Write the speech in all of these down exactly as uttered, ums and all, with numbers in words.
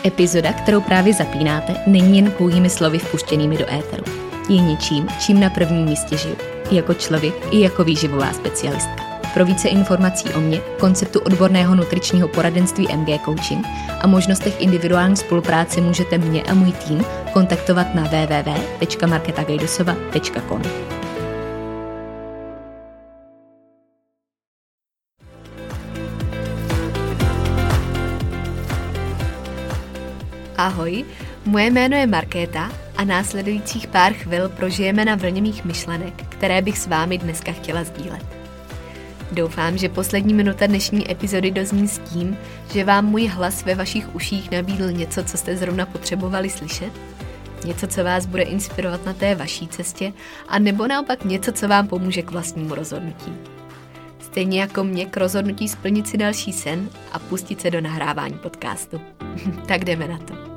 Epizoda, kterou právě zapínáte, není jen pouhými slovy vpuštěnými do éteru. Je něčím, čím na prvním místě žiju. I jako člověk, i jako výživová specialistka. Pro více informací o mně, konceptu odborného nutričního poradenství M G Coaching a možnostech individuální spolupráce můžete mě a můj tým kontaktovat na w w w tečka markéta gajdosova tečka com. Ahoj, moje jméno je Markéta a následujících pár chvil prožijeme na vlně mých myšlenek, které bych s vámi dneska chtěla sdílet. Doufám, že poslední minuta dnešní epizody dozní s tím, že vám můj hlas ve vašich uších nabídl něco, co jste zrovna potřebovali slyšet, něco, co vás bude inspirovat na té vaší cestě, a nebo naopak něco, co vám pomůže k vlastnímu rozhodnutí. Stejně jako mě k rozhodnutí splnit si další sen a pustit se do nahrávání podcastu. Tak jdeme na to.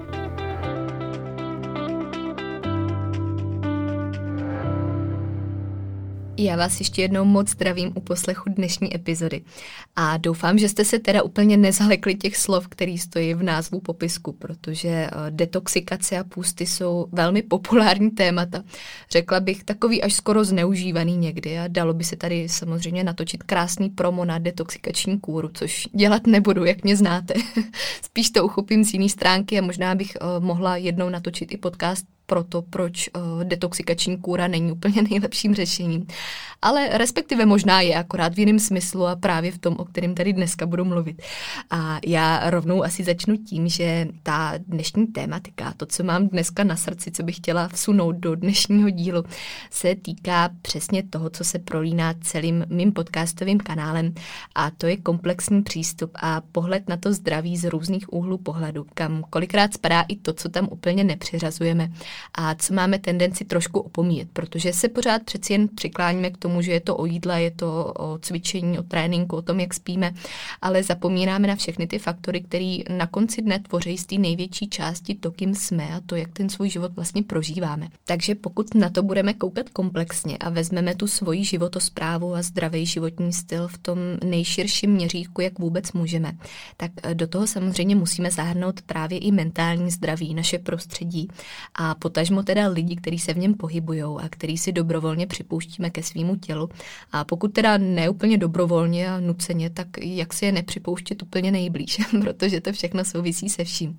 Já vás ještě jednou moc zdravím u poslechu dnešní epizody a doufám, že jste se teda úplně nezalekli těch slov, který stojí v názvu popisku, protože detoxikace a půsty jsou velmi populární témata. Řekla bych takový až skoro zneužívaný někdy a dalo by se tady samozřejmě natočit krásný promo na detoxikační kůru, což dělat nebudu, jak mě znáte. Spíš to uchopím z jiné stránky a možná bych mohla jednou natočit i podcast pro to, proč uh, detoxikační kůra není úplně nejlepším řešením. Ale respektive možná je, akorát v jiném smyslu a právě v tom, o kterém tady dneska budu mluvit. A já rovnou asi začnu tím, že ta dnešní tématika, to, co mám dneska na srdci, co bych chtěla vsunout do dnešního dílu, se týká přesně toho, co se prolíná celým mým podcastovým kanálem, a to je komplexní přístup a pohled na to zdraví z různých úhlů pohledu, kam kolikrát spadá i to, co tam úplně nepřiřazujeme a co máme tendenci trošku opomíjet, protože se pořád přeci jen přikláníme k tomu, že je to o jídle, je to o cvičení, o tréninku, o tom, jak spíme, ale zapomínáme na všechny ty faktory, které na konci dne tvoří z té největší části to, kým jsme a to, jak ten svůj život vlastně prožíváme. Takže pokud na to budeme koukat komplexně a vezmeme tu svoji životosprávu a zdravý životní styl v tom nejširším měřítku, jak vůbec můžeme, tak do toho samozřejmě musíme zahrnout právě i mentální zdraví, naše prostředí a potažmo teda lidi, kteří se v něm pohybujou a který si dobrovolně připouštíme ke svýmu tělu. A pokud teda neúplně dobrovolně a nuceně, tak jak si je nepřipouštět úplně nejblíž, protože to všechno souvisí se vším.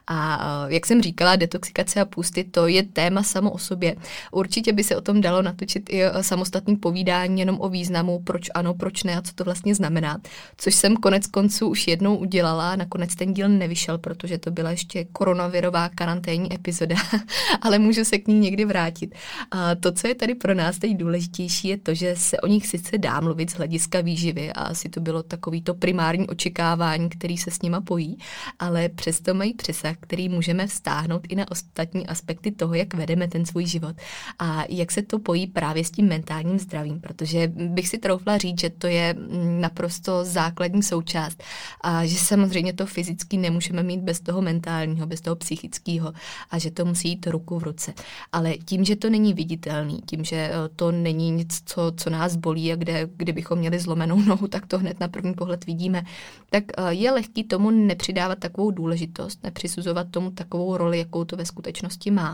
A jak jsem říkala, detoxikace a půsty, to je téma samo o sobě. Určitě by se o tom dalo natočit i samostatný povídání jenom o významu, proč ano, proč ne a co to vlastně znamená. Což jsem konec konců už jednou udělala, nakonec ten díl nevyšel, protože to byla ještě koronavirová karanténní epizoda. Ale můžu se k ní někdy vrátit. A to, co je tady pro nás teď důležitější, je to, že se o nich sice dá mluvit z hlediska výživy a asi to bylo takový to primární očekávání, který se s nima pojí, ale přesto mají přesah, který můžeme vztáhnout i na ostatní aspekty toho, jak vedeme ten svůj život a jak se to pojí právě s tím mentálním zdravím, protože bych si troufla říct, že to je naprosto základní součást a že samozřejmě to fyzicky nemůžeme mít bez toho mentálního, bez toho psychického a že to musí jít ruku v ruce. Ale tím, že to není viditelný, tím, že to není nic, co, co nás bolí a kde, kdybychom měli zlomenou nohu, tak to hned na první pohled vidíme, tak je lehký tomu nepřidávat takovou důležitost, nepřisuzovat tomu takovou roli, jakou to ve skutečnosti má.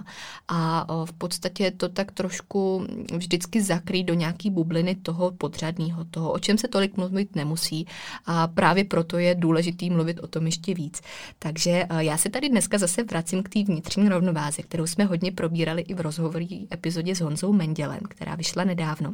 A v podstatě to tak trošku vždycky zakrý do nějaký bubliny toho podřadného, toho, o čem se tolik mluvit nemusí. A právě proto je důležitý mluvit o tom ještě víc. Takže já se tady dneska zase vracím k té vnitřní rovnováze, kterou jsme hodně probírali i v rozhovorové epizodě s Honzou Mendělem, která vyšla nedávno.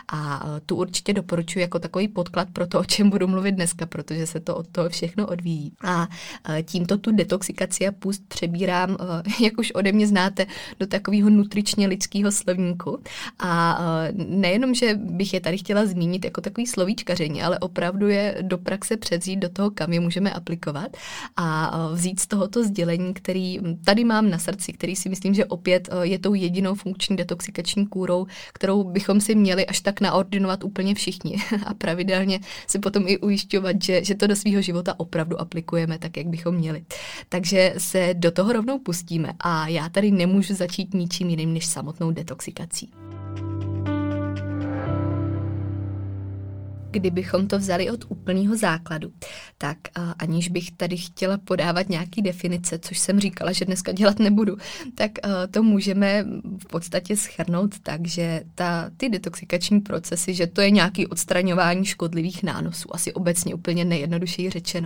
A tu určitě doporučuji jako takový podklad pro to, o čem budu mluvit dneska, protože se to od toho všechno odvíjí. A tímto tu detoxikaci a půst přebírám, jak už ode mě znáte, do takového nutričně lidského slovníku. A nejenom, že bych je tady chtěla zmínit jako takový slovíčkaření, ale opravdu je do praxe převzít do toho, kam je můžeme aplikovat a vzít z tohoto sdělení, který tady mám na srdci, který si myslím, že opět je tou jedinou funkční detoxikační kůrou, kterou bychom si měli až tak naordinovat úplně všichni a pravidelně se potom i ujišťovat, že, že to do svého života opravdu aplikujeme tak, jak bychom měli. Takže se do toho rovnou pustíme a já tady nemůžu začít ničím jiným než samotnou detoxikací. Kdybychom to vzali od úplného základu, tak aniž bych tady chtěla podávat nějaký definice, což jsem říkala, že dneska dělat nebudu, tak to můžeme v podstatě shrnout tak, že ta, ty detoxikační procesy, že to je nějaký odstraňování škodlivých nánosů, asi obecně úplně nejjednodušeji řečeno.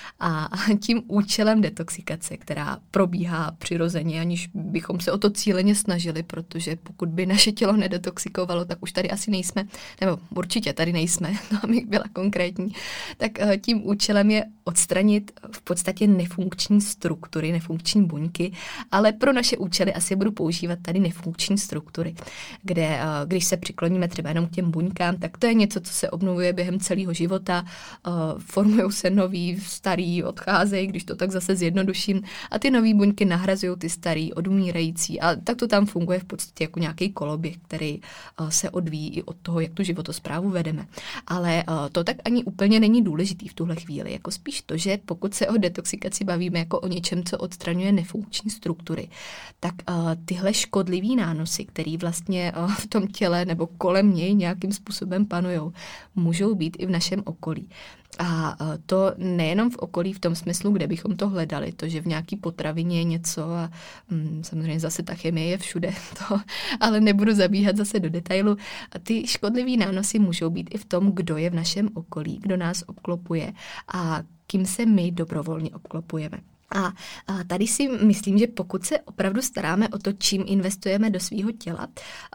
A tím účelem detoxikace, která probíhá přirozeně, aniž bychom se o to cíleně snažili, protože pokud by naše tělo nedetoxikovalo, tak už tady asi nejsme, nebo určitě tady nejsme, no abych byla konkrétní, tak tím účelem je odstranit v podstatě nefunkční struktury, nefunkční buňky, ale pro naše účely asi budu používat tady nefunkční struktury, kde když se přikloníme třeba jenom k těm buňkám, tak to je něco, co se obnovuje během celého života, formují se nový, starý, odcházejí, když to tak zase zjednoduším, a ty nový buňky nahrazují ty starý, odumírající, a tak to tam funguje v podstatě jako nějaký koloběh, který se odvíjí i od toho, jak tu životosprávu vedeme. Ale to tak ani úplně není důležitý v tuhle chvíli, jako spíš to, že pokud se o detoxikaci bavíme jako o něčem, co odstraňuje nefunkční struktury, tak tyhle škodlivý nánosy, který vlastně v tom těle nebo kolem něj nějakým způsobem panujou, můžou být i v našem okolí. A to nejenom v okolí v tom smyslu, kde bychom to hledali, to, že v nějaký potravině je něco a hm, samozřejmě zase ta chemie je všude, to, ale nebudu zabíhat zase do detailu. A ty škodlivý nánosy můžou být i v tom, kdo je v našem okolí, kdo nás obklopuje a kým se my dobrovolně obklopujeme. A tady si myslím, že pokud se opravdu staráme o to, čím investujeme do svého těla,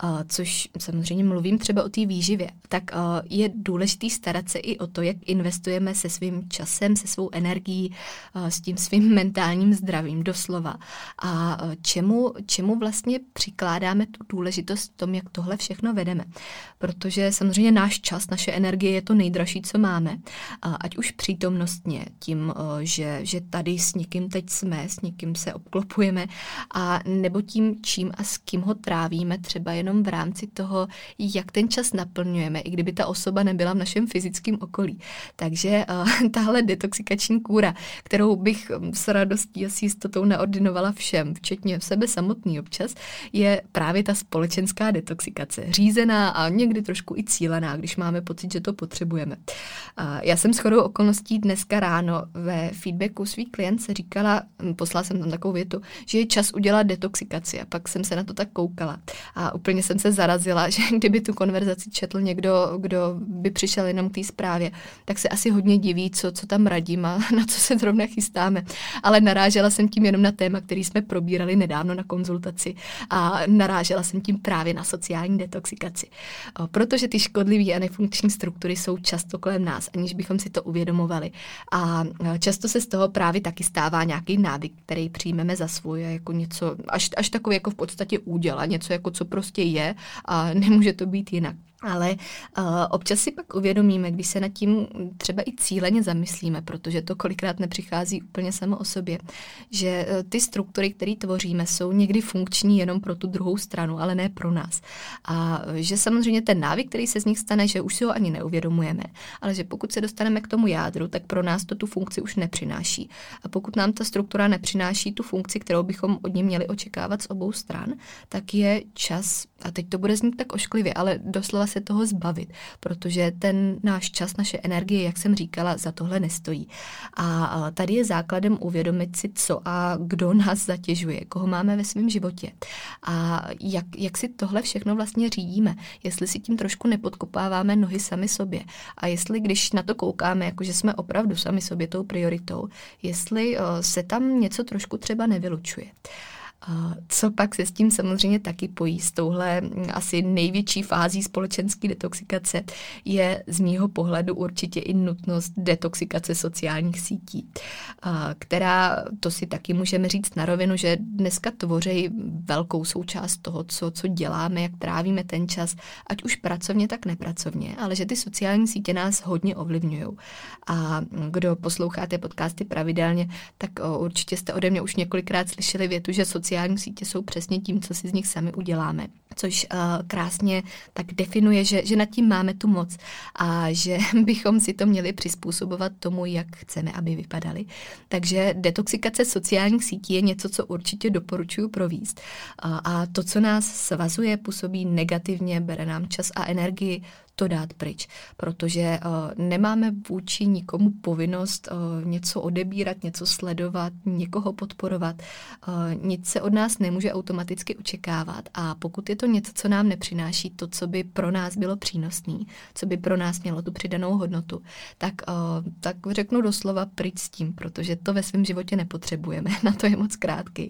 což samozřejmě mluvím třeba o té výživě, tak je důležitý starat se i o to, jak investujeme se svým časem, se svou energií, s tím svým mentálním zdravím doslova. A čemu, čemu vlastně přikládáme tu důležitost v tom, jak tohle všechno vedeme. Protože samozřejmě náš čas, naše energie je to nejdražší, co máme. Ať už přítomnostně tím, že, že tady s někým teď jsme, s někým se obklopujeme, a nebo tím, čím a s kým ho trávíme, třeba jenom v rámci toho, jak ten čas naplňujeme, i kdyby ta osoba nebyla v našem fyzickém okolí. Takže uh, tahle detoxikační kůra, kterou bych s radostí a s jistotou naordinovala všem, včetně sebe samotný občas, je právě ta společenská detoxikace. Řízená a někdy trošku i cílená, když máme pocit, že to potřebujeme. Uh, já jsem shodou okolností dneska ráno ve feedbacku svý klientce říkala, poslala jsem tam takovou větu, že je čas udělat detoxikaci, a pak jsem se na to tak koukala a úplně jsem se zarazila, že kdyby tu konverzaci četl někdo, kdo by přišel jenom k té zprávě, tak se asi hodně diví, co, co tam radím a na co se zrovna chystáme. Ale narážela jsem tím jenom na téma, který jsme probírali nedávno na konzultaci, a narážela jsem tím právě na sociální detoxikaci. Protože ty škodlivé a nefunkční struktury jsou často kolem nás, aniž bychom si to uvědomovali. A často se z toho právě taky stává nějaký návyk, který přijmeme za svůj, jako něco, až, až takový jako v podstatě úděl, a něco jako co prostě je a nemůže to být jinak. Ale uh, občas si pak uvědomíme, když se nad tím třeba i cíleně zamyslíme, protože to kolikrát nepřichází úplně samo o sobě, že uh, ty struktury, které tvoříme, jsou někdy funkční jenom pro tu druhou stranu, ale ne pro nás. A uh, že samozřejmě ten návyk, který se z nich stane, že už si ho ani neuvědomujeme, ale že pokud se dostaneme k tomu jádru, tak pro nás to tu funkci už nepřináší. A pokud nám ta struktura nepřináší tu funkci, kterou bychom od ní měli očekávat z obou stran, tak je čas, a teď to bude znít tak ošklivě, ale doslova se toho zbavit, protože ten náš čas, naše energie, jak jsem říkala, za tohle nestojí. A tady je základem uvědomit si, co a kdo nás zatěžuje, koho máme ve svém životě a jak, jak si tohle všechno vlastně řídíme, jestli si tím trošku nepodkopáváme nohy sami sobě a jestli, když na to koukáme, jakože jsme opravdu sami sobě tou prioritou, jestli se tam něco trošku třeba nevylučuje. Co pak se s tím samozřejmě taky pojí, s touhle asi největší fází společenské detoxikace, je z mýho pohledu určitě i nutnost detoxikace sociálních sítí, která, to si taky můžeme říct na rovinu, že dneska tvoří velkou součást toho, co, co děláme, jak trávíme ten čas, ať už pracovně, tak nepracovně, ale že ty sociální sítě nás hodně ovlivňují. A kdo posloucháte podcasty pravidelně, tak určitě jste ode mě už několikrát slyšeli větu, že sociální Sociální sítě jsou přesně tím, co si z nich sami uděláme. což uh, krásně tak definuje, že, že nad tím máme tu moc a že bychom si to měli přizpůsobovat tomu, jak chceme, aby vypadaly. Takže detoxikace sociálních sítí je něco, co určitě doporučuji provést. Uh, a to, co nás svazuje, působí negativně, bere nám čas a energii, to dát pryč, protože uh, nemáme vůči nikomu povinnost uh, něco odebírat, něco sledovat, někoho podporovat. Uh, nic se od nás nemůže automaticky očekávat a pokud je to něco, co nám nepřináší to, co by pro nás bylo přínosný, co by pro nás mělo tu přidanou hodnotu, tak, uh, tak řeknu doslova pryč s tím, protože to ve svém životě nepotřebujeme, na to je moc krátký.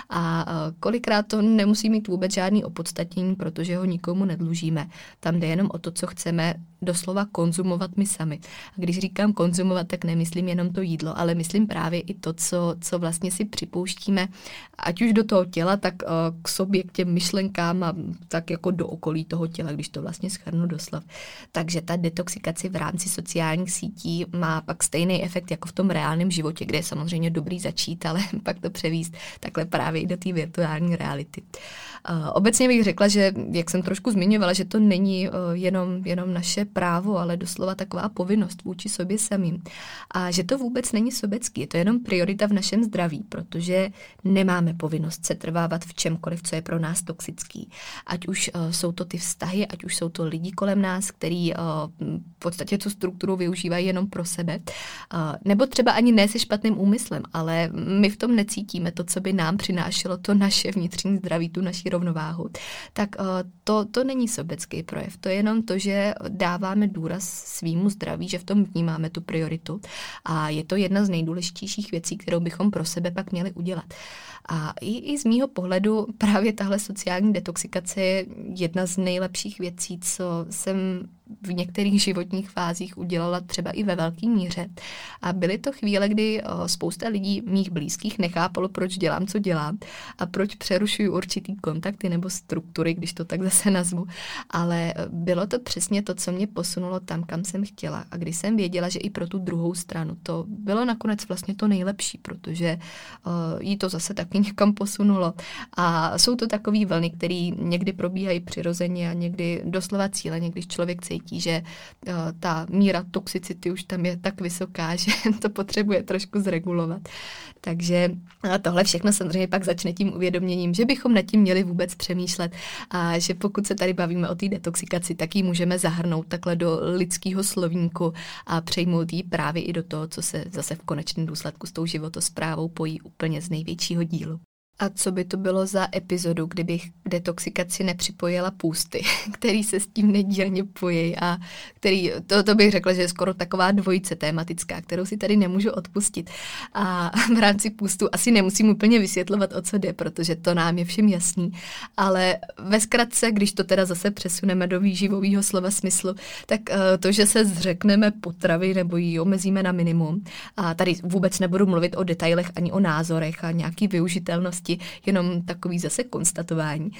A uh, kolikrát to nemusí mít vůbec žádný opodstatnění, protože ho nikomu nedlužíme. Tam jde jenom o to, co chceme doslova konzumovat my sami. A když říkám konzumovat, tak nemyslím jenom to jídlo, ale myslím právě i to, co, co vlastně si připouštíme, ať už do toho těla, tak uh, k sobě, k těm myšlenkám a tak jako do okolí toho těla, když to vlastně shrnu doslov. Takže ta detoxikace v rámci sociálních sítí má pak stejný efekt jako v tom reálném životě, kde je samozřejmě dobrý začít, ale pak to převíst takhle právě i do té virtuální reality. Uh, obecně bych řekla, že, jak jsem trošku zmiňovala, že to není uh, jenom, jenom naše právo, ale doslova taková povinnost vůči sobě samým. A že to vůbec není sobecký, je to jenom priorita v našem zdraví, protože nemáme povinnost se trvávat v čemkoliv, co je pro nás toxický. Ať už uh, jsou to ty vztahy, ať už jsou to lidi kolem nás, který uh, v podstatě tu strukturu využívají jenom pro sebe, uh, nebo třeba ani ne se špatným úmyslem, ale my v tom necítíme to, co by nám přinášelo to naše vnitřní zdraví, tu naši rovnováhu. Tak uh, to, to není sobecký projev, to je jenom to, že dáváme důraz svýmu zdraví, že v tom vnímáme tu prioritu a je to jedna z nejdůležitějších věcí, kterou bychom pro sebe pak měli udělat. A i, i z mýho pohledu právě tahle sociální detoxikace je jedna z nejlepších věcí, co jsem v některých životních fázích udělala třeba i ve velké míře. A byly to chvíle, kdy spousta lidí mých blízkých nechápalo, proč dělám, co dělám a proč přerušuju určitý kontakty nebo struktury, když to tak zase nazvu. Ale bylo to přesně to, co mě posunulo tam, kam jsem chtěla. A když jsem věděla, že i pro tu druhou stranu to bylo nakonec vlastně to nejlepší, protože uh, jí to zase taky někam posunulo. A jsou to takové vlny, které někdy probíhají přirozeně a někdy doslova cíleně, když člověk cítí, že uh, ta míra toxicity už tam je tak vysoká, že to potřebuje trošku zregulovat. Takže a tohle všechno samozřejmě pak začne tím uvědoměním, že bychom nad tím měli vůbec přemýšlet a že pokud se tady bavíme o té detoxikaci, tak ji můžeme zahrnout takhle do lidského slovníku a přejmout ji právě i do toho, co se zase v konečném důsledku s tou životosprávou pojí úplně z největšího dílu. A co by to bylo za epizodu, kdybych k detoxikaci nepřipojila půsty, který se s tím nedílně pojí a který, to, to bych řekla, že je skoro taková dvojice tématická, kterou si tady nemůžu odpustit. A v rámci půstu asi nemusím úplně vysvětlovat, o co jde, protože to nám je všem jasný, ale ve zkratce, když to teda zase přesuneme do výživového slova smyslu, tak to, že se zřekneme potravy nebo ji omezíme na minimum, a tady vůbec nebudu mluvit o detailech ani o názorech a nějaký využitelnosti, jenom takový zase konstatování.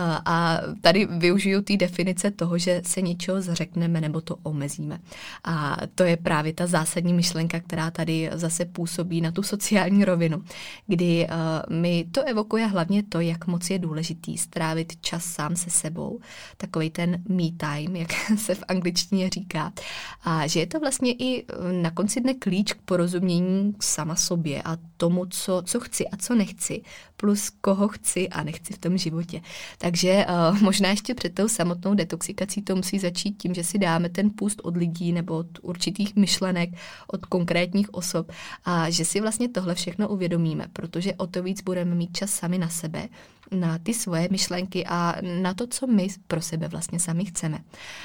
A tady využiju té definice toho, že se něčeho zřekneme nebo to omezíme. A to je právě ta zásadní myšlenka, která tady zase působí na tu sociální rovinu, kdy mi to evokuje hlavně to, jak moc je důležitý strávit čas sám se sebou, takovej ten me time, jak se v angličtině říká. A že je to vlastně i na konci dne klíč k porozumění sama sobě a tomu, co, co chci a co nechci, plus koho chci a nechci v tom životě. Takže uh, možná ještě před tou samotnou detoxikací to musí začít tím, že si dáme ten půst od lidí nebo od určitých myšlenek, od konkrétních osob a že si vlastně tohle všechno uvědomíme, protože o to víc budeme mít čas sami na sebe, na ty svoje myšlenky a na to, co my pro sebe vlastně sami chceme.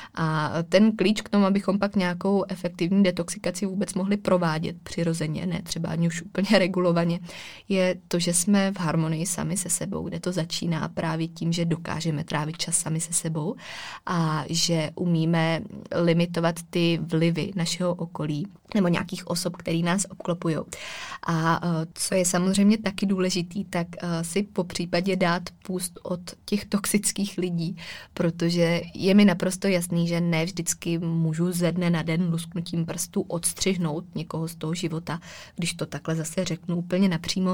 A ten klíč k tomu, abychom pak nějakou efektivní detoxikaci vůbec mohli provádět přirozeně, ne třeba ani už úplně regulovaně, je to, že jsme v harmonii sami se sebou, kde to začíná právě tím, že dokážeme trávit čas sami se sebou a že umíme limitovat ty vlivy našeho okolí, nebo nějakých osob, který nás obklopují. A co je samozřejmě taky důležitý, tak si po případě dát půst od těch toxických lidí, protože je mi naprosto jasný, že ne vždycky můžu ze dne na den lusknutím prstů odstřihnout někoho z toho života, když to takhle zase řeknu úplně napřímo.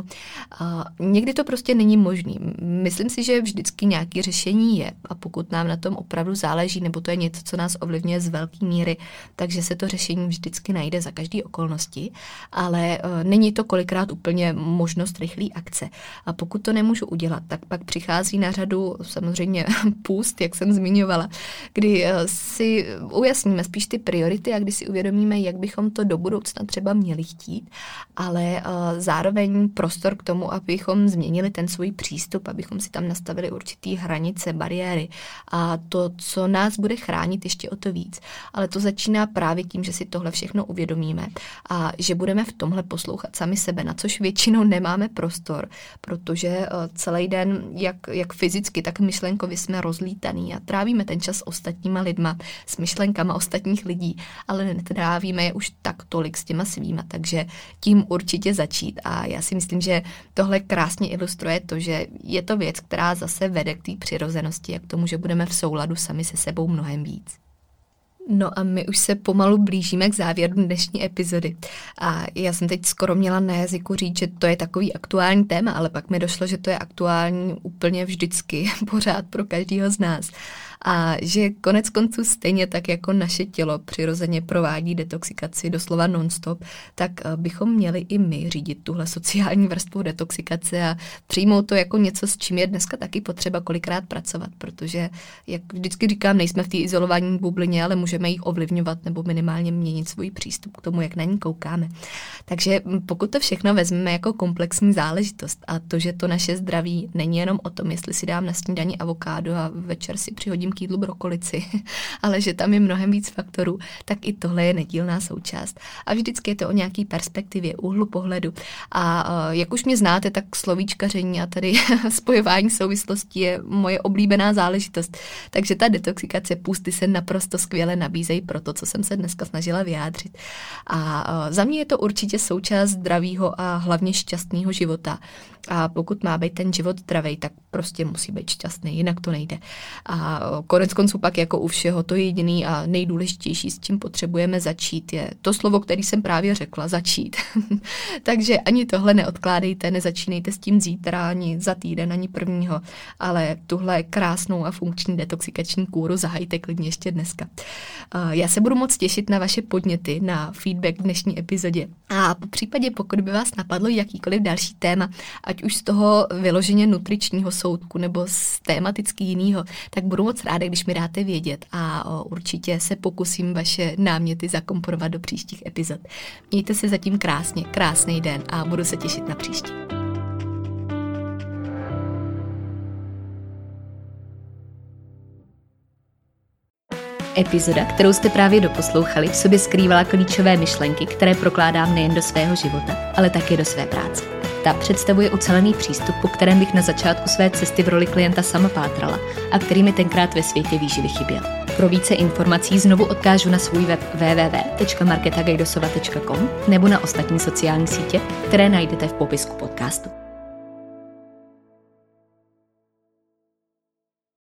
Někdy to prostě není možný. Myslím si, že vždycky nějaké řešení je a pokud nám na tom opravdu záleží, nebo to je něco, co nás ovlivňuje z velké míry, takže se to řešení vždycky najde za každé okolnosti, ale uh, není to kolikrát úplně možnost rychlé akce. A pokud to nemůžu udělat, tak pak přichází na řadu samozřejmě půst, jak jsem zmiňovala, kdy uh, si ujasníme spíš ty priority a kdy si uvědomíme, jak bychom to do budoucna třeba měli chtít, ale uh, zároveň prostor k tomu, abychom změnili ten svůj přístup, abychom si tam nastavili určitý hranice, bariéry a to, co nás bude chránit ještě o to víc. Ale to začíná právě tím, že si tohle všechno uvědomíme a že budeme v tomhle poslouchat sami sebe, na což většinou nemáme prostor, protože celý den, jak, jak fyzicky, tak myšlenkově jsme rozlítaný a trávíme ten čas s ostatníma lidma, s myšlenkama ostatních lidí, ale netrávíme je už tak tolik s těma svýma, takže tím určitě začít. A já si myslím, že tohle krásně ilustruje to, že je to věc, která zase vede k té přirozenosti, jak tomu, že budeme v souladu sami se sebou mnohem víc. No a my už se pomalu blížíme k závěru dnešní epizody. A já jsem teď skoro měla na jazyku říct, že to je takový aktuální téma, ale pak mi došlo, že to je aktuální úplně vždycky, pořád pro každého z nás. A že konec konců stejně tak jako naše tělo přirozeně provádí detoxikaci doslova non-stop, tak bychom měli i my řídit tuhle sociální vrstvu detoxikace a přijmout to jako něco, s čím je dneska taky potřeba kolikrát pracovat, protože, jak vždycky říkám, nejsme v té izolované bublině, ale můžeme ji ovlivňovat nebo minimálně měnit svůj přístup k tomu, jak na ní koukáme. Takže pokud to všechno vezmeme jako komplexní záležitost a to, že to naše zdraví není jenom o tom, jestli si dám na snídani avokádo a večer si přihodím k jídlu brokolici, ale že tam je mnohem víc faktorů, tak i tohle je nedílná součást. A vždycky je to o nějaký perspektivě, úhlu pohledu. A jak už mě znáte, tak slovíčkaření a tady spojování souvislostí je moje oblíbená záležitost. Takže ta detoxikace půsty se naprosto skvěle nabízejí pro to, co jsem se dneska snažila vyjádřit. A za mě je to určitě součást zdravého a hlavně šťastného života. A pokud má být ten život zdravý, tak prostě musí být šťastný, jinak to nejde. A konec konců pak jako u všeho to jediný a nejdůležitější, s čím potřebujeme začít, je to slovo, který jsem právě řekla, začít. Takže ani tohle neodkládejte, nezačínejte s tím zítra, ani za týden, ani prvního, ale tuhle krásnou a funkční detoxikační kůru zahajte klidně ještě dneska. Já se budu moc těšit na vaše podněty, na feedback v dnešní epizodě. A po případě, pokud by vás napadlo jakýkoliv další téma, ať už z toho vyloženě nutričního soudku nebo z tématicky jinýho, tak budu moc ráda, když mi dáte vědět a určitě se pokusím vaše náměty zakomponovat do příštích epizod. Mějte se zatím krásně, krásný den a budu se těšit na příští. Epizoda, kterou jste právě doposlouchali, v sobě skrývala klíčové myšlenky, které prokládám nejen do svého života, ale také do své práce. Ta představuje ucelený přístup, po kterém bych na začátku své cesty v roli klienta sama pátrala a který mi tenkrát ve světě výživy chyběl. Pro více informací znovu odkážu na svůj web w w w tečka marketa gajdosova tečka com nebo na ostatní sociální sítě, které najdete v popisku podcastu.